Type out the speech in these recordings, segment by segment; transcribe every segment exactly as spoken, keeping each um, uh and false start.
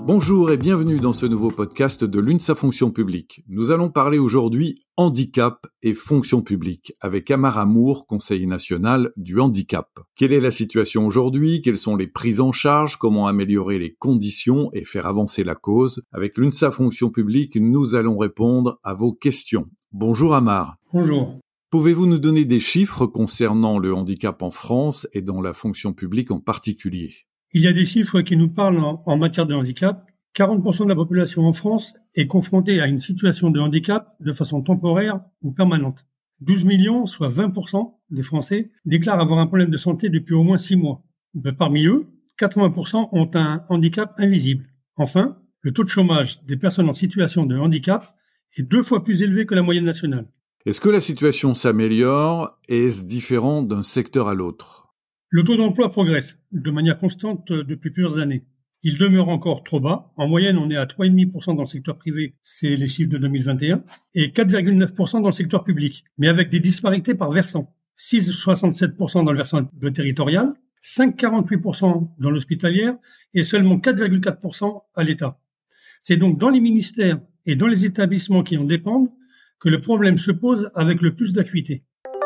Bonjour et bienvenue dans ce nouveau podcast de l'UNSA Fonction Publique. Nous allons parler aujourd'hui handicap et fonction publique avec Amar Amour, conseiller national du handicap. Quelle est la situation aujourd'hui? Quelles sont les prises en charge? Comment améliorer les conditions et faire avancer la cause? Avec l'UNSA Fonction Publique, nous allons répondre à vos questions. Bonjour Amar. Bonjour. Pouvez-vous nous donner des chiffres concernant le handicap en France et dans la fonction publique en particulier? Il y a des chiffres qui nous parlent en, en matière de handicap. quarante pour cent de la population en France est confrontée à une situation de handicap de façon temporaire ou permanente. douze millions, soit vingt pour cent des Français, déclarent avoir un problème de santé depuis au moins six mois. De parmi eux, quatre-vingts pour cent ont un handicap invisible. Enfin, le taux de chômage des personnes en situation de handicap est deux fois plus élevé que la moyenne nationale. Est-ce que la situation s'améliore et est-ce différent d'un secteur à l'autre? Le taux d'emploi progresse de manière constante depuis plusieurs années. Il demeure encore trop bas. En moyenne, on est à trois virgule cinq pour cent dans le secteur privé, c'est les chiffres de deux mille vingt et un, et quatre virgule neuf pour cent dans le secteur public, mais avec des disparités par versant. six virgule soixante-sept pour cent dans le versant territorial, cinq virgule quarante-huit pour cent dans l'hospitalière et seulement quatre virgule quatre pour cent à l'État. C'est donc dans les ministères et dans les établissements qui en dépendent que le problème se pose avec le plus d'acuité.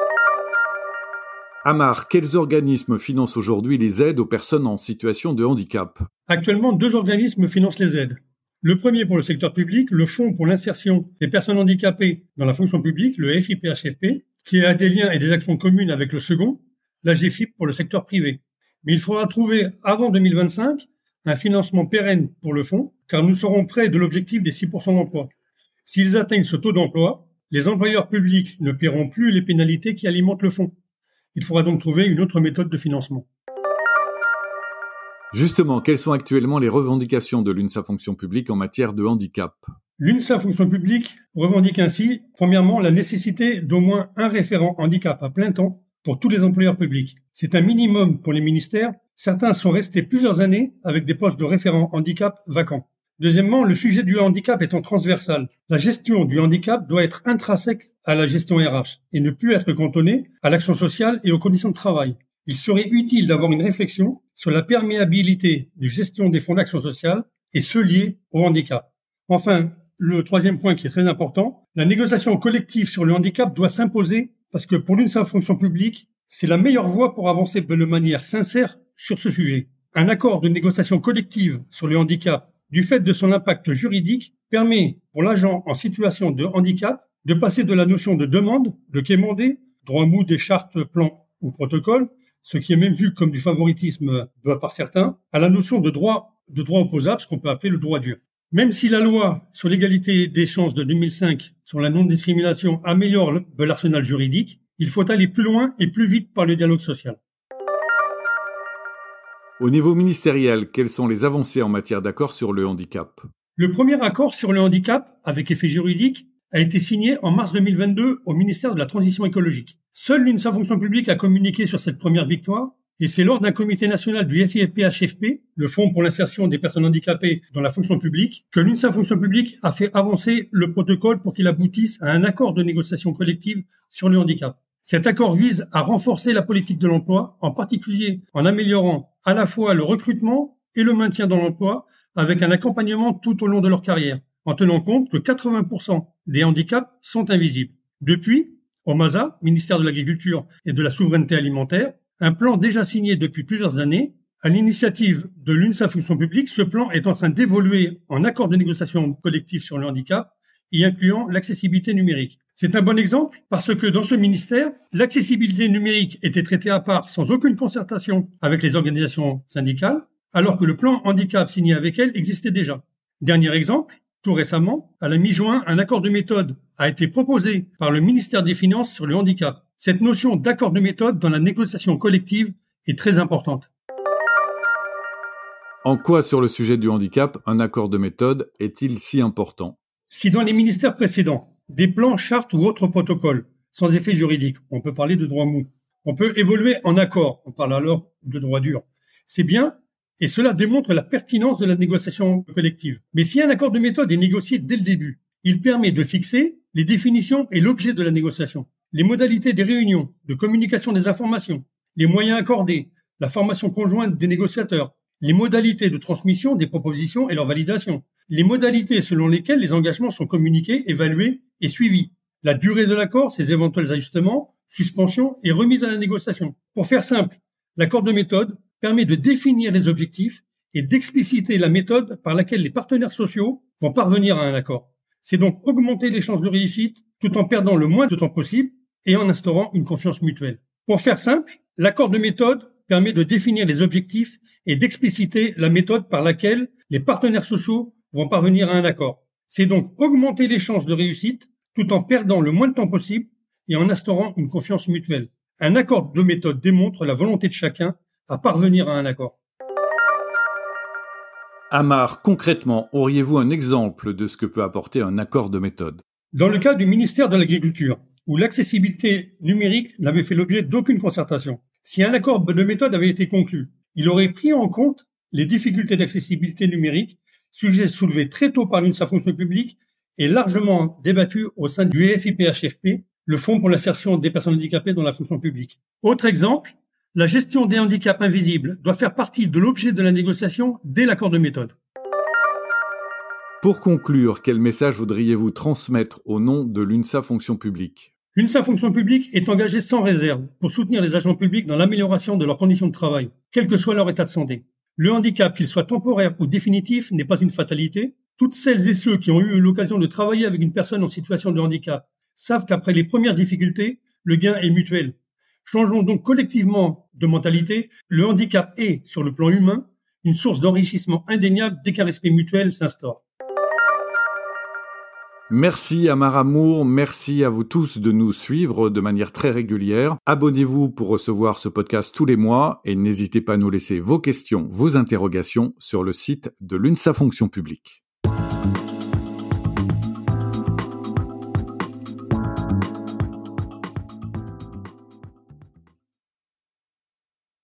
Amar, quels organismes financent aujourd'hui les aides aux personnes en situation de handicap? Actuellement, deux organismes financent les aides. Le premier pour le secteur public, le Fonds pour l'insertion des personnes handicapées dans la fonction publique, le F I P H F P, qui a des liens et des actions communes avec le second, la G F I P pour le secteur privé. Mais il faudra trouver, avant deux mille vingt-cinq, un financement pérenne pour le fonds, car nous serons près de l'objectif des six pour cent d'emploi. S'ils atteignent ce taux d'emploi, les employeurs publics ne paieront plus les pénalités qui alimentent le fonds. Il faudra donc trouver une autre méthode de financement. Justement, quelles sont actuellement les revendications de l'UNSA Fonction Publique en matière de handicap? L'UNSA Fonction Publique revendique ainsi, premièrement, la nécessité d'au moins un référent handicap à plein temps pour tous les employeurs publics. C'est un minimum pour les ministères. Certains sont restés plusieurs années avec des postes de référent handicap vacants. Deuxièmement, le sujet du handicap étant transversal, la gestion du handicap doit être intrinsèque à la gestion R H et ne plus être cantonnée à l'action sociale et aux conditions de travail. Il serait utile d'avoir une réflexion sur la perméabilité de gestion des fonds d'action sociale et ceux liés au handicap. Enfin, le troisième point qui est très important, la négociation collective sur le handicap doit s'imposer parce que pour l'UNSA Fonction Publique, c'est la meilleure voie pour avancer de manière sincère sur ce sujet. Un accord de négociation collective sur le handicap, du fait de son impact juridique, permet pour l'agent en situation de handicap de passer de la notion de demande, de quémander, droit mou des chartes, plans ou protocoles, ce qui est même vu comme du favoritisme par certains, à la notion de droit, de droit opposable, ce qu'on peut appeler le droit dur. Même si la loi sur l'égalité des chances de deux mille cinq sur la non-discrimination améliore l'arsenal juridique, il faut aller plus loin et plus vite par le dialogue social. Au niveau ministériel, quelles sont les avancées en matière d'accord sur le handicap? Le premier accord sur le handicap, avec effet juridique, a été signé en mars deux mille vingt-deux au ministère de la Transition écologique. Seule l'UNSA Fonction Publique a communiqué sur cette première victoire, et c'est lors d'un comité national du F I P H F P, le Fonds pour l'insertion des personnes handicapées dans la fonction publique, que l'UNSA Fonction Publique a fait avancer le protocole pour qu'il aboutisse à un accord de négociation collective sur le handicap. Cet accord vise à renforcer la politique de l'emploi, en particulier en améliorant à la fois le recrutement et le maintien dans l'emploi avec un accompagnement tout au long de leur carrière, en tenant compte que quatre-vingts pour cent des handicaps sont invisibles. Depuis, au MASA, ministère de l'Agriculture et de la Souveraineté alimentaire, un plan déjà signé depuis plusieurs années, à l'initiative de l'UNSA Fonction Publique, ce plan est en train d'évoluer en accord de négociation collective sur le handicap, y incluant l'accessibilité numérique. C'est un bon exemple parce que dans ce ministère, l'accessibilité numérique était traitée à part sans aucune concertation avec les organisations syndicales, alors que le plan handicap signé avec elles existait déjà. Dernier exemple, tout récemment, à la mi-juin, un accord de méthode a été proposé par le ministère des Finances sur le handicap. Cette notion d'accord de méthode dans la négociation collective est très importante. En quoi, sur le sujet du handicap, un accord de méthode est-il si important? Si dans les ministères précédents, des plans, chartes ou autres protocoles, sans effet juridique, on peut parler de droit mou, on peut évoluer en accord, on parle alors de droit dur. C'est bien, et cela démontre la pertinence de la négociation collective. Mais si un accord de méthode est négocié dès le début, il permet de fixer les définitions et l'objet de la négociation, les modalités des réunions, de communication des informations, les moyens accordés, la formation conjointe des négociateurs, les modalités de transmission des propositions et leur validation, les modalités selon lesquelles les engagements sont communiqués, évalués et suivis, la durée de l'accord, ses éventuels ajustements, suspensions et remises à la négociation. Pour faire simple, l'accord de méthode permet de définir les objectifs et d'expliciter la méthode par laquelle les partenaires sociaux vont parvenir à un accord. C'est donc augmenter les chances de réussite tout en perdant le moins de temps possible et en instaurant une confiance mutuelle. Pour faire simple, l'accord de méthode permet de définir les objectifs et d'expliciter la méthode par laquelle les partenaires sociaux vont parvenir à un accord. C'est donc augmenter les chances de réussite tout en perdant le moins de temps possible et en instaurant une confiance mutuelle. Un accord de méthode démontre la volonté de chacun à parvenir à un accord. Amar, concrètement, auriez-vous un exemple de ce que peut apporter un accord de méthode ? Dans le cas du ministère de l'Agriculture, où l'accessibilité numérique n'avait fait l'objet d'aucune concertation, si un accord de méthode avait été conclu, il aurait pris en compte les difficultés d'accessibilité numérique, sujet soulevé très tôt par l'UNSA Fonction publique et largement débattu au sein du F I P H F P, le Fonds pour l'insertion des personnes handicapées dans la fonction publique. Autre exemple, la gestion des handicaps invisibles doit faire partie de l'objet de la négociation dès l'accord de méthode. Pour conclure, quel message voudriez-vous transmettre au nom de l'UNSA Fonction publique ? L'UNSA Fonction publique est engagée sans réserve pour soutenir les agents publics dans l'amélioration de leurs conditions de travail, quel que soit leur état de santé. Le handicap, qu'il soit temporaire ou définitif, n'est pas une fatalité. Toutes celles et ceux qui ont eu l'occasion de travailler avec une personne en situation de handicap savent qu'après les premières difficultés, le gain est mutuel. Changeons donc collectivement de mentalité. Le handicap est, sur le plan humain, une source d'enrichissement indéniable dès qu'un respect mutuel s'instaure. Merci Amar Amour, merci à vous tous de nous suivre de manière très régulière. Abonnez-vous pour recevoir ce podcast tous les mois et n'hésitez pas à nous laisser vos questions, vos interrogations sur le site de l'UNSA Fonction publique.